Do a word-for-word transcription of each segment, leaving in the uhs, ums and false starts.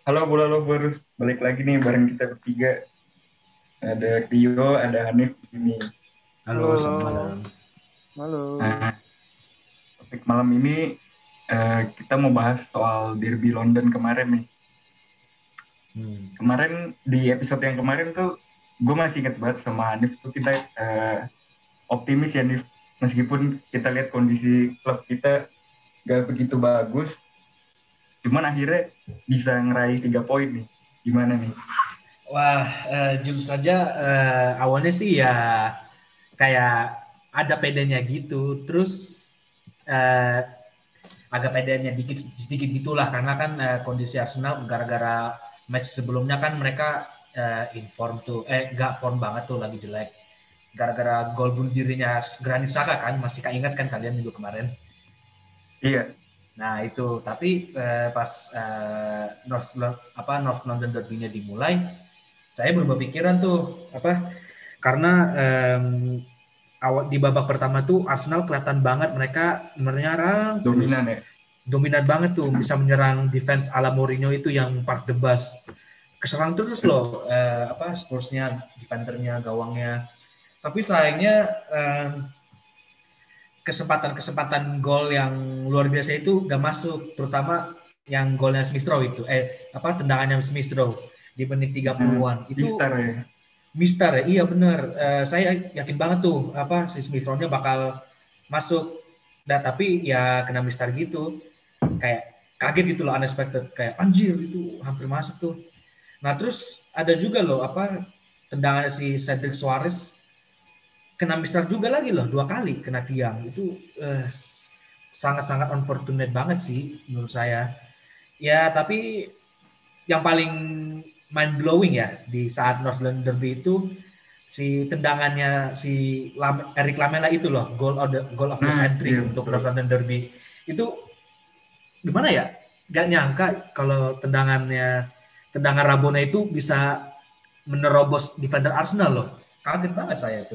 Halo, Bola Lovers. Balik lagi nih bareng kita bertiga. Ada Rio, ada Hanif di sini. Halo, Halo, selamat halo, malam. halo. Nah, topik malam ini eh, kita mau bahas soal Derby London kemarin nih. Hmm. Kemarin di episode yang kemarin tuh gue masih inget banget sama Hanif tuh kita eh, optimis ya Hanif. Meskipun kita lihat kondisi klub kita gak begitu bagus, cuman akhirnya bisa ngeraih tiga poin nih. Gimana nih? Wah, eh, jujur saja eh, awalnya sih ya kayak ada pedenya gitu, terus eh, agak pedenya dikit sedikit gitulah karena kan eh, kondisi Arsenal gara-gara match sebelumnya kan mereka eh, inform tuh, eh gak form banget tuh lagi jelek. Gara-gara gol bunuh dirinya Granit Xhaka kan masih keinget kan kalian minggu kemarin. Iya, Nah itu tapi eh, pas eh, North apa North London Derby-nya dimulai, saya berubah pikiran tuh apa karena em, awal di babak pertama tuh Arsenal kelihatan banget mereka menyerang dominan terus ya. dominan banget tuh bisa menyerang defense ala Mourinho itu yang park the bus keserang terus loh eh, apa Spursnya defendernya gawangnya tapi sayangnya em, kesempatan-kesempatan gol yang luar biasa itu gak masuk terutama yang golnya Smith Rowe itu eh apa tendangannya Smith Rowe di menit tiga Hmm, puluhan-an itu Mister ya. Mister ya, iya benar. Eh, saya yakin banget tuh apa si Smith Rowe-nya bakal masuk. Nah, tapi ya kena Mister gitu. Kayak kaget gitu loh unexpected kayak anjir itu hampir masuk tuh. Nah, terus ada juga loh apa tendangan si Cedric Suarez kena Mister juga lagi loh dua kali kena tiang. Itu eh, sangat-sangat unfortunate banget sih menurut saya. Ya, tapi yang paling mind blowing ya di saat North London Derby itu si tendangannya si Lam, Eric Lamela itu loh goal of the goal of the Nah, century iya untuk betul. North London Derby itu gimana ya gak nyangka kalau tendangannya tendangan Rabona itu bisa menerobos defender Arsenal loh kaget banget saya itu.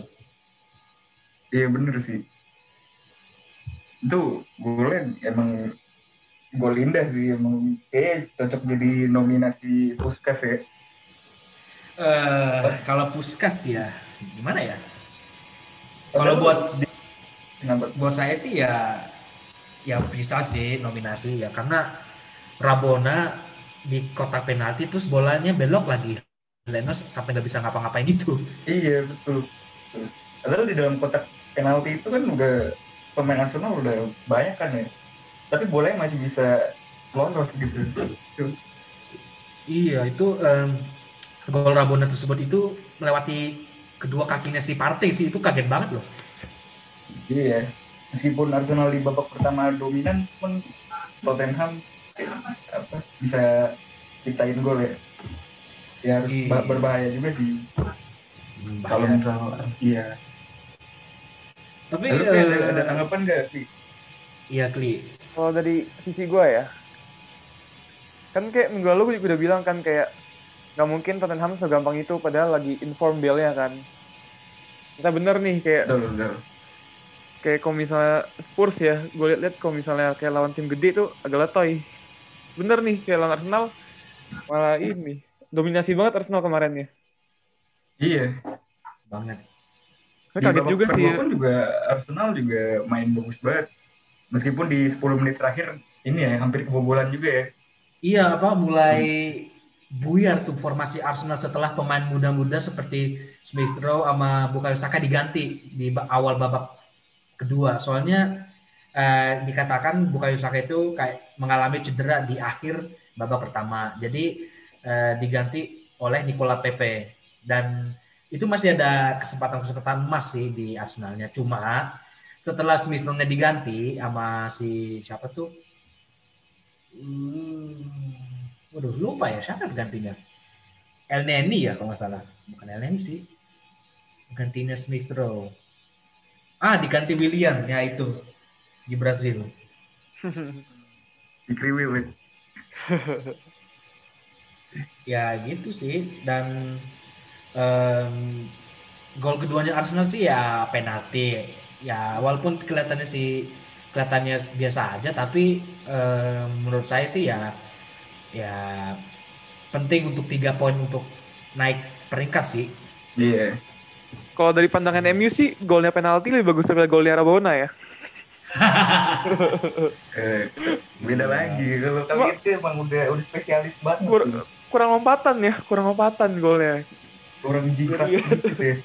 Iya bener sih. Itu golnya emang gol indah sih. Emang kayak cocok jadi nominasi Puskas ya. Eh Pas- kalau Puskas ya gimana ya kalau Padahal buat di kenapa? buat saya sih ya ya bisa sih nominasi ya karena Rabona di kotak penalti terus bolanya belok lagi. Lenos sampai nggak bisa ngapa-ngapain gitu. Iya betul. Betul. Padahal di dalam kotak penalti itu kan udah pemain Arsenal udah banyak kan ya. Tapi bolanya masih bisa lolos gitu. Tuh. Iya itu em, gol Rabona tersebut itu melewati kedua kakinya si Partey sih itu kaget banget loh. Iya. Meskipun Arsenal di babak pertama dominan, pun Tottenham eh, apa, bisa ciptain gol ya. Ya harus ba- Iya, berbahaya juga sih. Kalau bahaya. misal iya. Tapi Lalu kayak ada, ada eh, tanggapan nggak, Pi? iya Kli. Kalau dari sisi gue ya, kan kayak minggu lalu gue udah bilang kan kayak nggak mungkin Tottenham segampang itu padahal lagi inform Bale-nya kan. Kita bener nih kayak Betul, betul. kayak kalau misalnya Spurs ya, gue liat-liat kalau misalnya kayak lawan tim gede tuh agak letoy. Bener nih kayak lawan Arsenal malah ini dominasi banget Arsenal kemarin ya. Iya, Banget. Saya di kaget babak juga sih kedua ya. pun juga Arsenal juga main bagus banget. Meskipun di sepuluh menit terakhir ini ya hampir kebobolan juga ya. Iya apa mulai buyar tuh formasi Arsenal setelah pemain muda-muda seperti Smith Rowe sama Bukayo Saka diganti di ba- awal babak kedua. Soalnya eh, dikatakan Bukayo Saka itu kayak mengalami cedera di akhir babak pertama. Jadi eh, diganti oleh Nicola Pepe dan itu masih ada kesempatan-kesempatan emas sih di Arsenalnya. Cuma setelah Smith Rowe-nya diganti sama si siapa tuh? Hmm, waduh lupa ya siapa gantinya? El Neni ya kalau nggak salah. Bukan El Neni sih. Gantinya Smith Rowe. Ah diganti William ya itu si Brazil. Di Kriwil. Ya gitu sih dan em, gol keduanya Arsenal sih ya penalti ya walaupun kelihatannya sih kelihatannya biasa aja tapi em, menurut saya sih ya ya penting untuk tiga poin untuk naik peringkat sih. Iya. Kalau dari pandangan M U sih, golnya penalti lebih bagus daripada golnya Rabona ya. Eh, beda Iya. lagi. Kalau Cuma kalian tuh emang udah udah spesialis banget kur- tuh. kurang lompatan ya, kurang lompatan golnya. Kurang jingkrak Iya. dikit ya.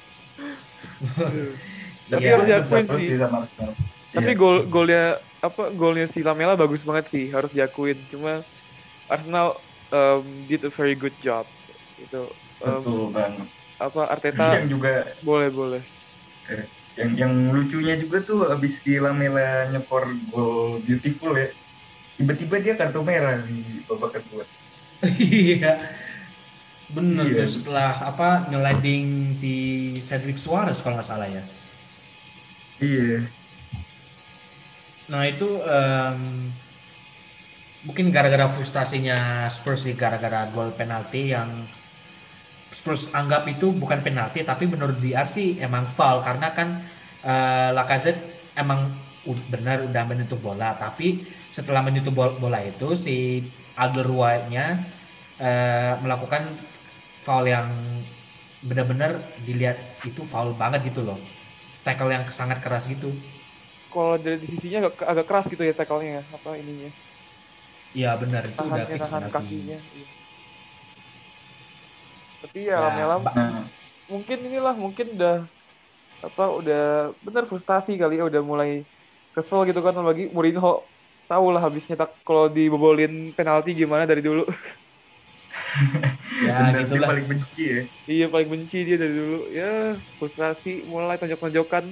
Tapi Iya. harus gue diakuin salut sih. sih sama Arsenal. Tapi Iya. gol golnya apa golnya si Lamela bagus banget sih, harus diakuin. Cuma Arsenal um, did a very good job. Itu um, Betul banget. apa Arteta Yang juga boleh boleh. eh, yang yang lucunya juga tuh abis si Lamela nyekor gol beautiful ya, tiba-tiba dia kartu merah di babak kedua. Iya. Bener Iya. tuh setelah apa nyelading si Cedric Suarez kalau nggak salah ya. Iya. Nah itu em, mungkin gara-gara frustasinya Spurs sih, gara-gara gol penalti yang Spurs anggap itu bukan penalti, tapi menurut V R sih emang foul karena kan eh, Lacazette emang u- benar udah menyentuh bola, tapi setelah menyentuh bol- bola itu si Alderweireld-nya eh, melakukan foul yang benar-benar dilihat itu foul banget gitu loh, tackle yang sangat keras gitu. Kalau dari di sisinya agak, agak keras gitu ya tackle-nya, apa ininya. Iya benar itu udah Tahannya fix tahan penalti. kakinya. Iya. Tapi Ya, ya Lamela ba- Nah, mungkin inilah mungkin udah apa udah bener frustasi kali ya, udah mulai kesel gitu kan, lagi Mourinho tahu lah habis nyetak kalau dibobolin penalti gimana dari dulu. ya bener dia gitulah. paling benci ya. Iya paling benci dia dari dulu ya, frustrasi mulai tonjok-tonjokan.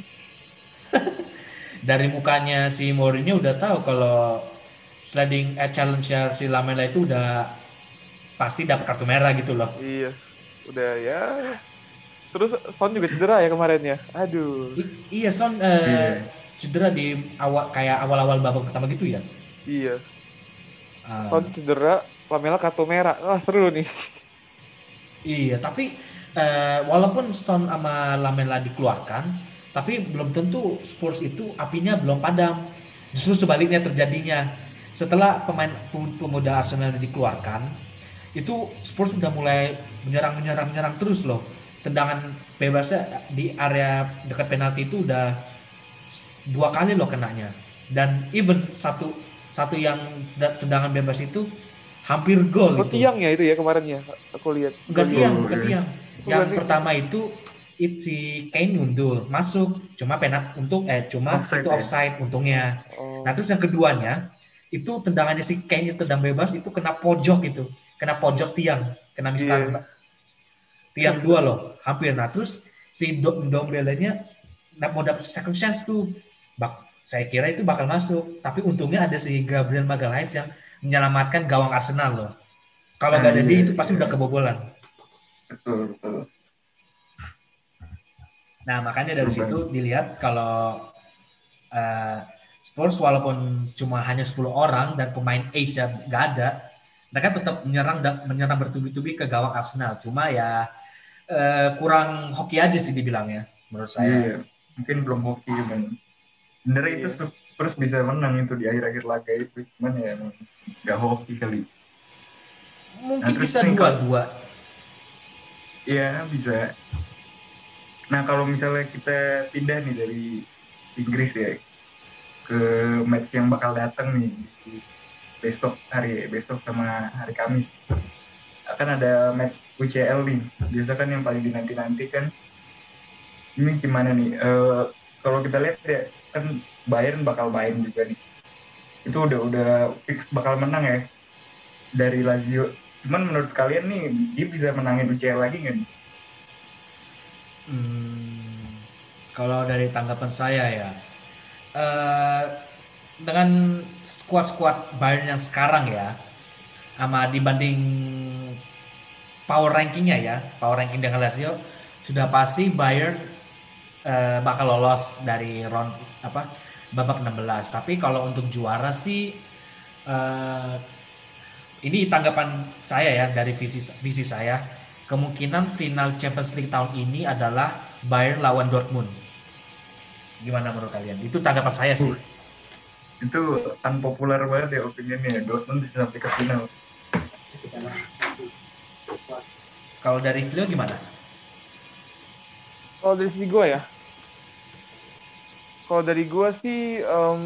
Dari mukanya si Mourinho udah tahu kalau sliding eh, challenge si Lamela itu udah pasti dapat kartu merah gitu loh. Iya udah ya, terus Son juga cedera ya kemarin ya, aduh. I- iya Son eh, Iya. cedera di awal kayak awal-awal babak pertama gitu ya. Iya Ah, Son cedera, Lamela kartu merah, wah seru nih. iya tapi eh, walaupun Son sama Lamela dikeluarkan, tapi belum tentu Spurs itu apinya belum padam. Justru sebaliknya terjadinya. Setelah pemain pem- pemuda Arsenal dikeluarkan, itu Spurs udah mulai menyerang menyerang menyerang terus loh. Tendangan bebasnya di area dekat penalti itu udah s- dua kali loh kenanya. Dan even satu satu yang tenda- tendangan bebas itu hampir gol Oh itu. tiang ya itu ya kemarin ya, aku lihat. Bukan Betul, tiang, bukan iya. tiang. Oh, Yang berarti- pertama itu it si Kane nyundul masuk, cuma penat untuk eh cuma Offside itu ya? offside untungnya. Oh, Nah terus yang keduanya itu tendangannya si Kane itu tendang bebas itu kena pojok itu, kena pojok tiang, kena mistar Iya. tiang dua loh, hampir. Nah terus si Dom Dombele-nya mau dapat second chance tuh, bak saya kira itu bakal masuk, tapi untungnya ada si Gabriel Magalhaes yang menyelamatkan gawang Arsenal loh. Kalau Nah, nggak ada iya, dia itu pasti iya. udah kebobolan. Betul, betul. Nah makanya dari Betul situ dilihat kalau eh, Spurs walaupun cuma hanya sepuluh orang dan pemain ace ya nggak ada, mereka tetap menyerang dan menyerang bertubi-tubi ke gawang Arsenal. Cuma ya eh, kurang hoki aja sih dibilangnya menurut saya. Iya, mungkin belum hoki kan. Sebenarnya itu Iya. terus bisa menang itu di akhir-akhir laga itu, cuman ya emang nggak hoki kali. Mungkin Nah, terus bisa nih, dua-dua. Iya bisa. Nah kalau misalnya kita pindah nih dari Inggris ya ke match yang bakal datang nih di besok hari besok sama hari Kamis, akan ada match U C L nih. Biasa kan yang paling dinanti-nanti kan. Ini gimana nih? Eh, kalau kita lihat ya kan Bayern bakal main juga nih. Itu udah udah fix bakal menang ya dari Lazio. Cuman menurut kalian nih dia bisa menangin U C L lagi nggak nih? Hmm, kalau dari tanggapan saya ya, eh, dengan skuad-skuad Bayern yang sekarang ya, sama dibanding power rankingnya ya, power ranking dengan Lazio, sudah pasti Bayern eh, bakal lolos dari round apa babak enam belas. Tapi kalau untuk juara sih, eh, ini tanggapan saya ya dari visi visi saya, kemungkinan final Champions League tahun ini adalah Bayern lawan Dortmund. Gimana menurut kalian? Itu tanggapan saya sih. Uh, itu unpopular banget ya opinionnya. Dortmund bisa sampai ke final. Kalau dari Clio gimana? Kalau dari sisi gue ya, kalau dari gue sih em,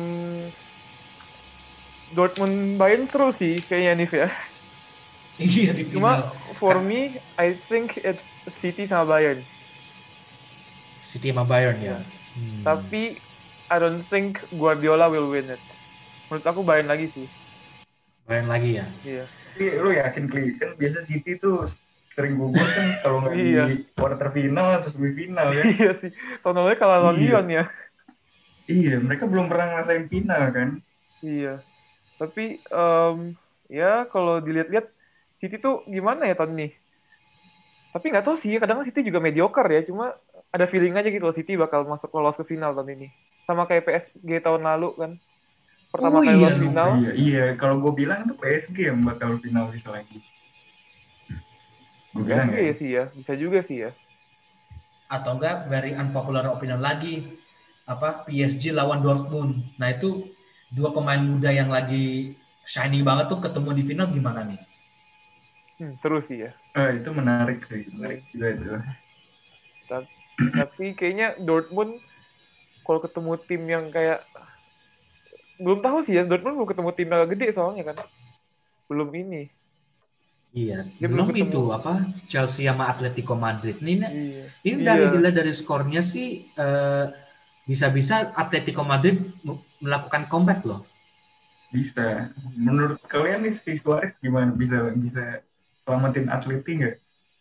Dortmund Bayern seru sih kayaknya Nif ya. Iya di final. Cuma for me, I think it's City sama Bayern. City sama Bayern ya. Iya. Hmm. Tapi I don't think Guardiola will win it. Menurut aku Bayern lagi sih. Bayern lagi ya. Iya. Tapi lu yakin Kli? Kan biasa City tuh sering gugur kan kalau nggak di Iya. quarter final atau semifinal kan. Iya sih. Tahun lalu kalah lawan Iya. Lyon ya. Iya, mereka belum pernah ngerasain final kan. Iya. Tapi em, ya kalau dilihat-lihat City tuh gimana ya tahun ini? Tapi nggak tahu sih, kadang City juga mediocre ya. Cuma ada feeling aja gitu loh City bakal masuk lolos ke final tahun ini. Sama kayak P S G tahun lalu kan. Pertama Oh kali iya lolos lupa. final. Iya, iya. Kalau gue bilang tuh P S G yang bakal finalis lagi. Gue Bisa bilang juga ya. ya sih ya. Bisa juga sih ya. Atau enggak very unpopular opinion lagi, apa P S G lawan Dortmund. Nah itu dua pemain muda yang lagi shiny banget tuh ketemu di final gimana nih? Hmm, seru sih ya. Ah, itu menarik sih, menarik Iya. juga itu. Ta- Tapi kayaknya Dortmund kalau ketemu tim yang kayak belum tahu sih ya, Dortmund belum ketemu tim yang gede soalnya kan. Belum ini. Iya, Dia belum belum ketemu. itu apa Chelsea sama Atletico Madrid. Ini Iya. ini Iya. dari dilihat dari skornya sih eh, bisa-bisa Atletico Madrid m- melakukan comeback loh. Bisa. Menurut kalian nih si Suarez gimana? Bisa bisa selamatin Atleti nggak?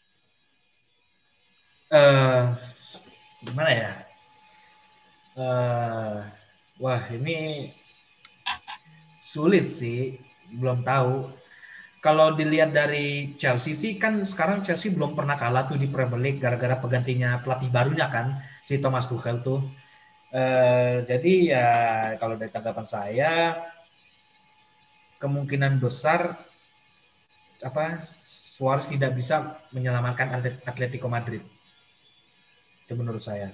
Eh gimana ya? Eh wah ini sulit sih, belum tahu. Kalau dilihat dari Chelsea sih kan sekarang Chelsea belum pernah kalah tuh di Premier League gara-gara penggantinya pelatih barunya kan si Thomas Tuchel tuh. Eh, jadi ya kalau dari tanggapan saya kemungkinan besar apa Suarez tidak bisa menyelamatkan Atlet- Atletico Madrid. Itu menurut saya.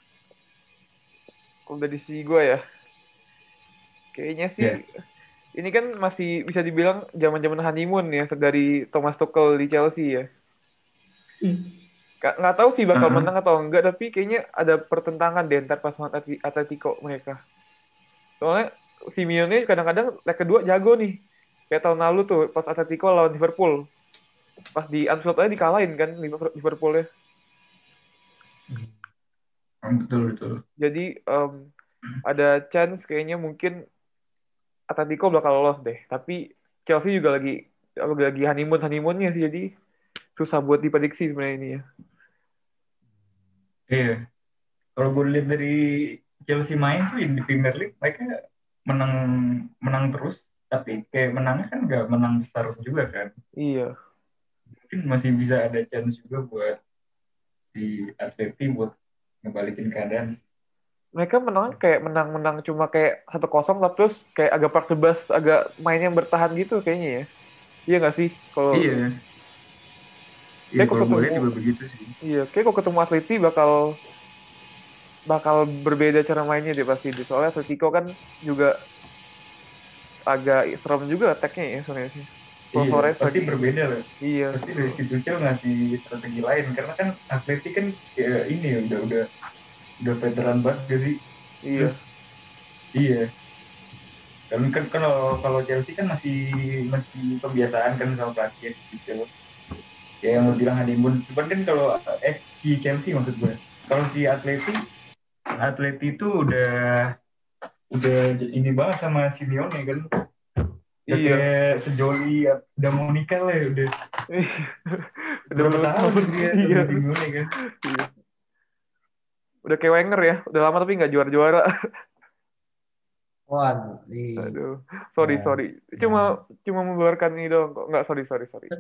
Kalau dari sisi gue ya, kayaknya sih Ya. ini kan masih bisa dibilang zaman-zaman honeymoon ya dari Thomas Tuchel di Chelsea ya. Nggak, nggak tahu sih bakal Heeh. menang atau enggak, tapi kayaknya ada pertentangan deh ntar pas lawan Atleti- Atletico mereka. Soalnya Simeone kadang-kadang leg kedua jago nih. Kayak tahun lalu tuh pas Atletico lawan Liverpool. Pas di Anfield aja dikalahin kan Liverpool ya. Oh, betul betul. Jadi em, ada chance kayaknya mungkin Atletico bakal lolos deh. Tapi Chelsea juga lagi lagi honeymoon honeymoonnya sih, jadi susah buat diprediksi sebenarnya ini ya. Iya. Kalau gue lihat dari Chelsea main tuh di Premier League mereka menang menang terus, tapi kayak menangnya kan nggak menang besar juga kan. Iya. Mungkin masih bisa ada chance juga buat si Atleti buat ngebalikin keadaan. Mereka menang kayak menang-menang cuma kayak satu kosong lah, terus kayak agak praktis agak mainnya bertahan gitu kayaknya ya. Iya nggak sih? Kalau Iya, iya kayak kok kalau gue ketemu lihat juga begitu sih. iya, kayak kok ketemu Atleti bakal bakal berbeda cara mainnya dia pasti. Soalnya Atletico kan juga agak serem juga attack-nya ya sebenarnya sih. Kalau Iya, Suarez pasti lagi berbeda lah. iya, Pasti dari betul. si Tuchel ngasih strategi lain karena kan Atleti kan kayak ini ya udah udah udah veteran banget gak sih. Terus Iya. iya, dan kan kalau kalau Chelsea kan masih masih kebiasaan kan sama pelatih si Tuchel. Ya yang lo bilang honeymoon. Cuman kan kalau eh si Chelsea maksud gue. Kalau si Atleti Atleti itu udah udah ini banget sama Simeone kan. Udah Iya. kayak sejoli udah mau nikah lah ya udah Udah berapa berapa tahun tahun? dia Iya. sama Simeone kan. Iya. Udah kayak Wenger ya, udah lama tapi nggak juara-juara. Waduh, di Aduh, sorry ya, sorry. ya. Cuma cuma membenarkan ini doang kok. Nggak, sorry sorry sorry.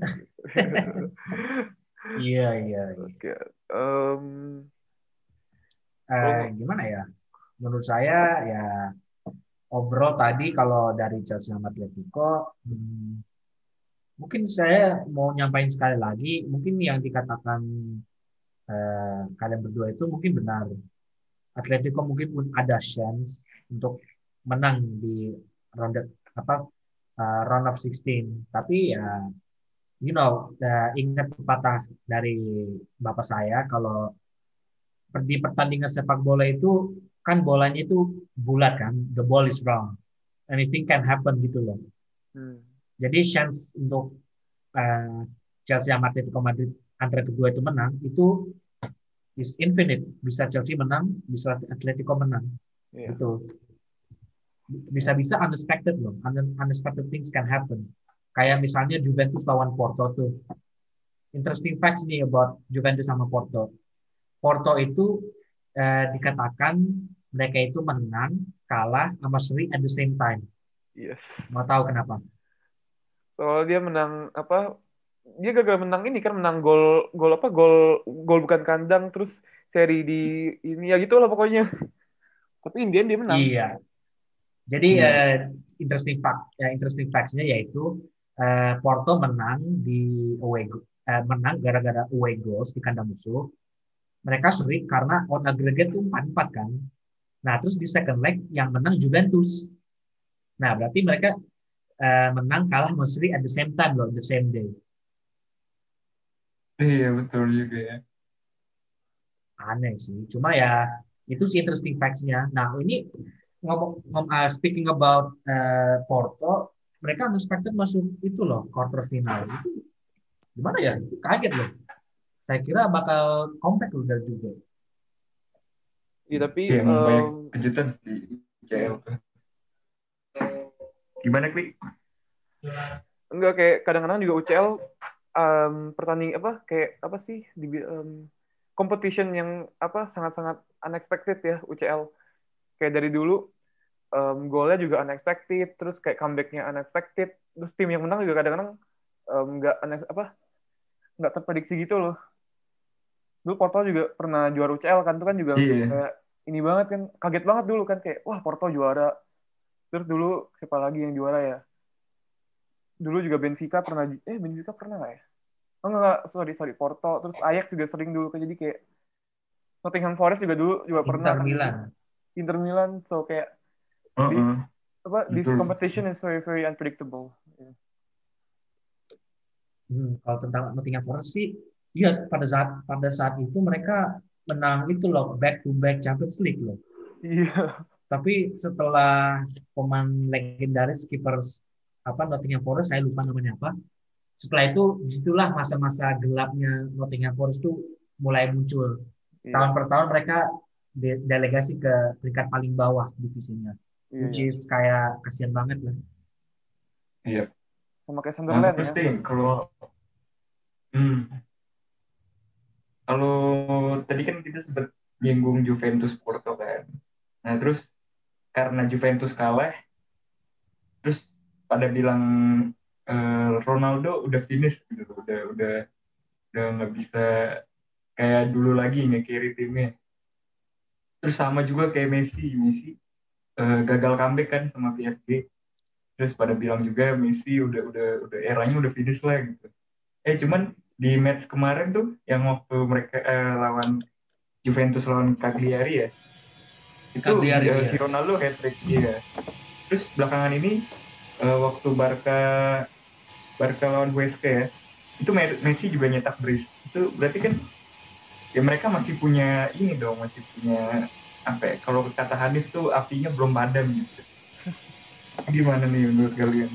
Iya, iya, iya. Oke. Em, Eh, kalau gimana ya? Menurut saya ya overall tadi kalau dari Chelsea sama Atletico hmm, mungkin saya mau nyampaikan sekali lagi, mungkin yang dikatakan eh, kalian berdua itu mungkin benar. Atletico mungkin pun ada chance untuk menang di ronde apa eh, round of enam belas. Tapi ya you know, uh, ingat pepatah dari bapak saya kalau di pertandingan sepak bola itu kan bolanya itu bulat kan, the ball is round, anything can happen gitu loh. Hmm. Jadi chance untuk uh, Chelsea sama Atletico Madrid antara kedua itu menang itu is infinite. Bisa Chelsea menang, bisa Atletico menang. Iya. Gitu. Bisa-bisa unexpected loh. Unexpected things can happen. Kayak misalnya Juventus lawan Porto tuh. Interesting facts nih about Juventus sama Porto. Porto itu eh, dikatakan mereka itu menang, kalah, sama seri at the same time. Yes. Mau tahu kenapa? Soalnya dia menang apa? Dia gagal menang ini kan menang gol gol apa? Gol gol bukan kandang terus seri di ini ya gitu lah pokoknya. Tapi Indian dia menang. Iya. Jadi Iya. uh, interesting fact, uh, interesting facts-nya yaitu uh, Porto menang di away go- uh, menang gara-gara away goals di kandang musuh. Mereka seri karena on aggregate tuh empat empat kan. Nah, terus di second leg yang menang Juventus. Nah, berarti mereka uh, menang kalah sama seri at the same time loh, the same day. Iya betul juga ya. Aneh sih. Cuma ya itu sih interesting facts-nya. Nah, ini ngomong, ngom, uh, speaking about uh, Porto, mereka unexpected masuk itu loh quarter final. Itu gimana ya? Itu kaget loh. Saya kira bakal comeback udah juga. Iya tapi Iya, emang banyak um, kejutan di U C L tuh. Gimana, Kli? enggak kayak kadang-kadang juga U C L um, pertanding apa kayak apa sih di um, competition yang apa sangat-sangat unexpected ya U C L. Kayak dari dulu um, golnya juga unexpected, terus kayak comebacknya unexpected, terus tim yang menang juga kadang-kadang um, nggak unex- apa nggak terprediksi gitu loh. Dulu Porto juga pernah juara U C L kan, itu kan juga Iya. kayak ini banget kan, kaget banget dulu kan kayak wah Porto juara. Terus dulu siapa lagi yang juara ya? Dulu juga Benfica pernah, eh Benfica pernah nggak ya? Oh enggak, enggak, sorry sorry Porto. Terus Ajax juga sering dulu kan, jadi kayak Nottingham Forest juga dulu juga pernah Inter kan gitu. Milan. Inter Milan, so kayak this Heeh. apa this Betul. competition is very very unpredictable. Yeah. Hmm, kalau tentang Nottingham Forest sih, iya pada saat pada saat itu mereka menang itu loh back to back Champions League loh. Iya. Tapi setelah pemain legendaris kiper apa Nottingham Forest, saya lupa namanya apa. Setelah itu disitulah masa-masa gelapnya Nottingham Forest tuh mulai muncul. Iya. Tahun per tahun mereka de- delegasi ke peringkat paling bawah divisinya, Iya, which iya. is kayak kasihan banget lah. Iya. Sama kayak Nah, Sunderland terus ya. deh, kalau hmm, kalau tadi kan kita sempat nyinggung Juventus Porto kan. Nah, terus karena Juventus kalah, terus pada bilang eh, Ronaldo udah finish gitu, udah udah udah nggak bisa kayak dulu lagi nge-carry timnya. Terus sama juga kayak Messi, Messi eh, gagal comeback kan sama P S G. Terus pada bilang juga Messi udah udah udah eranya udah finish lah gitu. Eh cuman di match kemarin tuh yang waktu mereka eh, lawan Juventus lawan Cagliari ya, itu Cagliari eh, ya. si Ronaldo hat-trick iya. Terus belakangan ini eh, waktu Barca Barca lawan Huesca ya, itu Messi juga nyetak brace. Itu berarti kan ya mereka masih punya ini dong, masih punya apa ya? Kalau kata Hanif tuh apinya belum padam gitu. Gimana nih menurut kalian?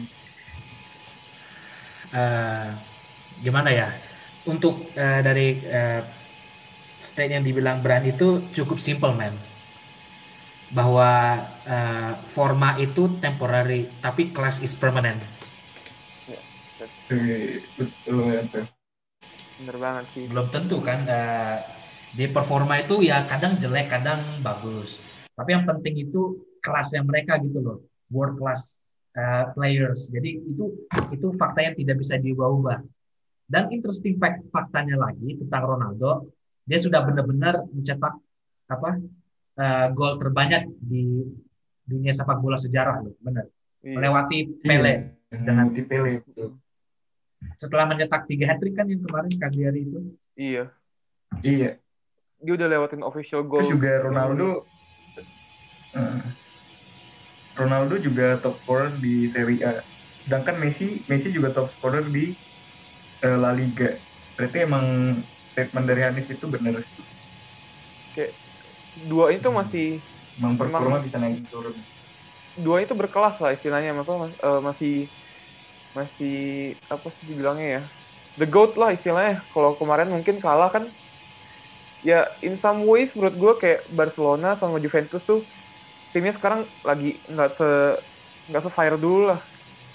Uh, gimana ya? Untuk uh, dari uh, state yang dibilang brand itu cukup simple man. Bahwa uh, forma itu temporary, tapi class is permanent. Yes, that's true. Eh, betul ya tuh. Bener banget sih itu. Belum tentu kan uh, di performa itu ya kadang jelek, kadang bagus. Tapi yang penting itu kelasnya mereka gitu loh, world class uh, players. Jadi itu itu fakta yang tidak bisa diubah-ubah. Dan interesting fact faktanya lagi tentang Ronaldo, dia sudah benar-benar mencetak apa uh, gol terbanyak di dunia sepak bola sejarah loh, benar. Iya. Melewati Iya, Pele dengan di Pele itu. setelah mencetak tiga hat trick kan yang kemarin Cagliari itu. Iya. Iya. Dia udah lewatin official goal. Terus juga Ronaldo uh, Ronaldo juga top scorer di Serie A. Sedangkan Messi Messi juga top scorer di eh, La Liga. Berarti emang statement dari Hanif itu bener sih. Kayak dua itu Hmm. masih Emang performa memang bisa naik turun. dua itu berkelas lah istilahnya, apa eh, masih masih apa sih dibilangnya ya, the GOAT lah istilahnya. Kalau kemarin mungkin kalah kan, ya in some ways menurut gue kayak Barcelona sama Juventus tuh timnya sekarang lagi nggak se nggak se fire dulu lah.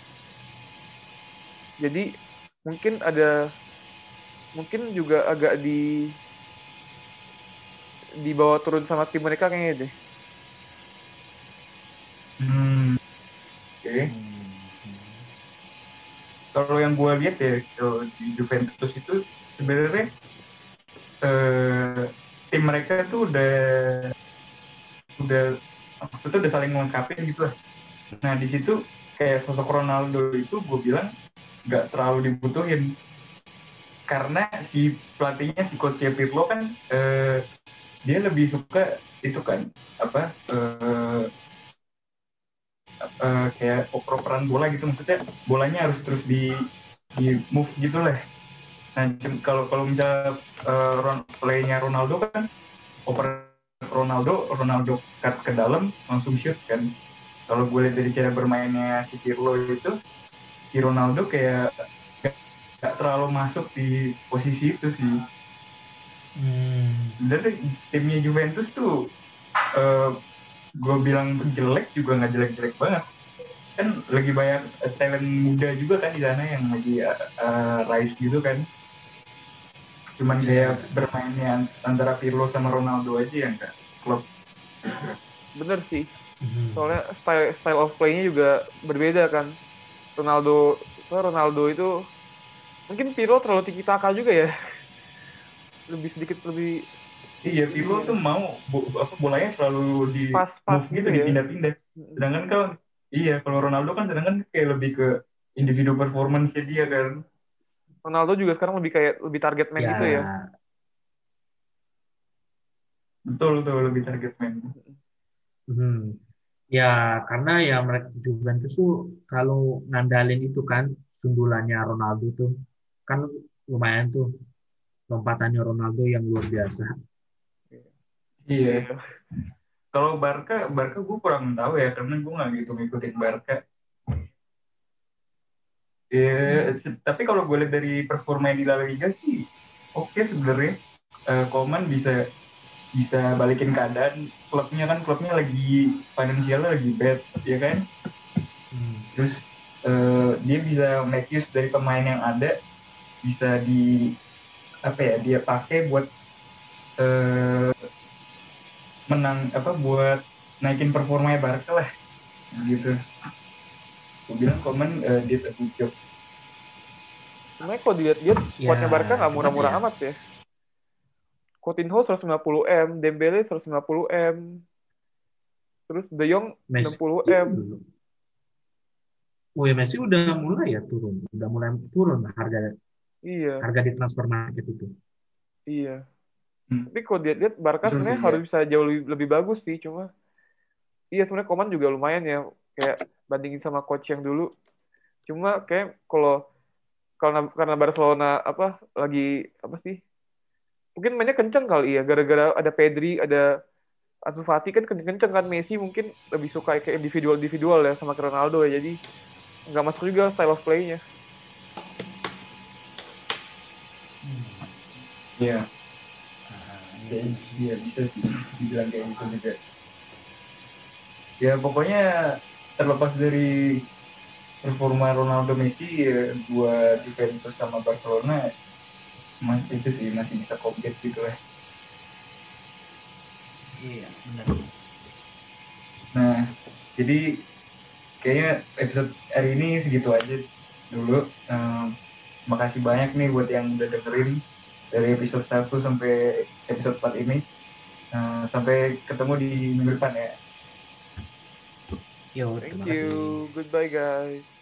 Jadi mungkin ada mungkin juga agak di dibawa turun sama tim mereka kayaknya deh. Hmm, oke. Okay. Hmm. Kalau yang gue lihat ya kalau di Juventus itu sebenarnya eh, tim mereka tuh udah udah maksudnya udah saling melengkapi gitu lah. Nah di situ kayak sosok Ronaldo itu gue bilang nggak terlalu dibutuhin karena si pelatihnya si coachnya Pirlo kan eh, dia lebih suka itu kan apa eh, eh, kayak oper-operan bola gitu, maksudnya bolanya harus terus di di move gitu lah. Nah kalau kalau misalnya uh, Ron, playnya Ronaldo kan oper Ronaldo Ronaldo cut ke dalam langsung shoot kan. Kalau gue lihat dari cara bermainnya si Pirlo itu, si Ronaldo kayak gak terlalu masuk di posisi itu sih. Hmm. Sebenarnya timnya Juventus tuh uh, gue bilang jelek juga nggak jelek-jelek banget, kan lagi banyak uh, talent muda juga kan di sana yang lagi uh, uh, rise gitu kan, cuman kayak Ya. bermainnya antara Pirlo sama Ronaldo aja yang nggak klub gitu. Bener sih. Hmm. Soalnya style style of play-nya juga berbeda kan. Ronaldo Ronaldo itu mungkin Pirlo terlalu tiki taka juga ya. Lebih sedikit lebih Iya, ini Pirlo ya. tuh mau bo- apa bolanya selalu di Pas-pas move gitu, gitu ya. dipindah-pindah. Sedangkan kalau iya, kalau Ronaldo kan sedangkan kayak lebih ke individu performance dia kan. Ronaldo juga sekarang lebih kayak lebih target man gitu ya. Ya. Betul tuh lebih target man. Hmm. Ya, karena ya mereka Juventus tuh kalau ngandalin itu kan sundulannya Ronaldo tuh kan lumayan tuh lompatannya Ronaldo yang luar biasa. Iya. Iya. Kalau Barca, Barca gue kurang tahu ya karena gue nggak gitu ngikutin Barca. Ya, tapi kalau gue lihat dari performa di La Liga sih, oke sebenarnya. Eh, Koeman bisa bisa balikin keadaan klubnya kan, klubnya lagi finansialnya lagi bad ya kan. Hmm. Terus eh, dia bisa make use dari pemain yang ada, bisa di apa ya dia pakai buat eh, menang apa buat naikin performanya Barca lah gitu. Gue bilang Koeman eh, dia a good job. Sebenarnya kalau dilihat-lihat Ya, skuadnya Barca nggak gimana murah-murah ya? amat ya. Coutinho seratus lima puluh M, Dembele seratus lima puluh M, terus De Jong enam Messi puluh M. belum. Oh ya, Messi udah mulai ya turun, udah mulai turun harga Iya, harga di transfer market itu. iya. Hmm, Tapi kalau dilihat-lihat Barca betul sih sebenarnya ya. harus bisa jauh lebih, lebih bagus sih. Cuma iya sebenarnya Koman juga lumayan ya, kayak bandingin sama coach yang dulu. Cuma kayak kalau karena karena Barcelona apa lagi apa sih? Mungkin mainnya kenceng kali ya, gara-gara ada Pedri, ada Ansu Fati kan kenceng-kenceng kan. Messi mungkin lebih suka kayak individual-individual ya sama ke Ronaldo ya. Jadi nggak masuk juga style of play-nya. Iya, Ah, iya ya, benar sih. iya bisa sih dibilang kayak gitu juga. Ya pokoknya terlepas dari performa Ronaldo Messi ya, buat Juventus sama Barcelona mas, itu sih masih bisa compete gitu lah. Iya, benar. Nah, jadi kayaknya episode hari ini segitu aja dulu. Ehm, makasih banyak nih buat yang udah dengerin dari episode satu sampai episode empat ini. Ehm, sampai ketemu di minggu depan ya. Yo, Thank terima kasih. you. Goodbye guys.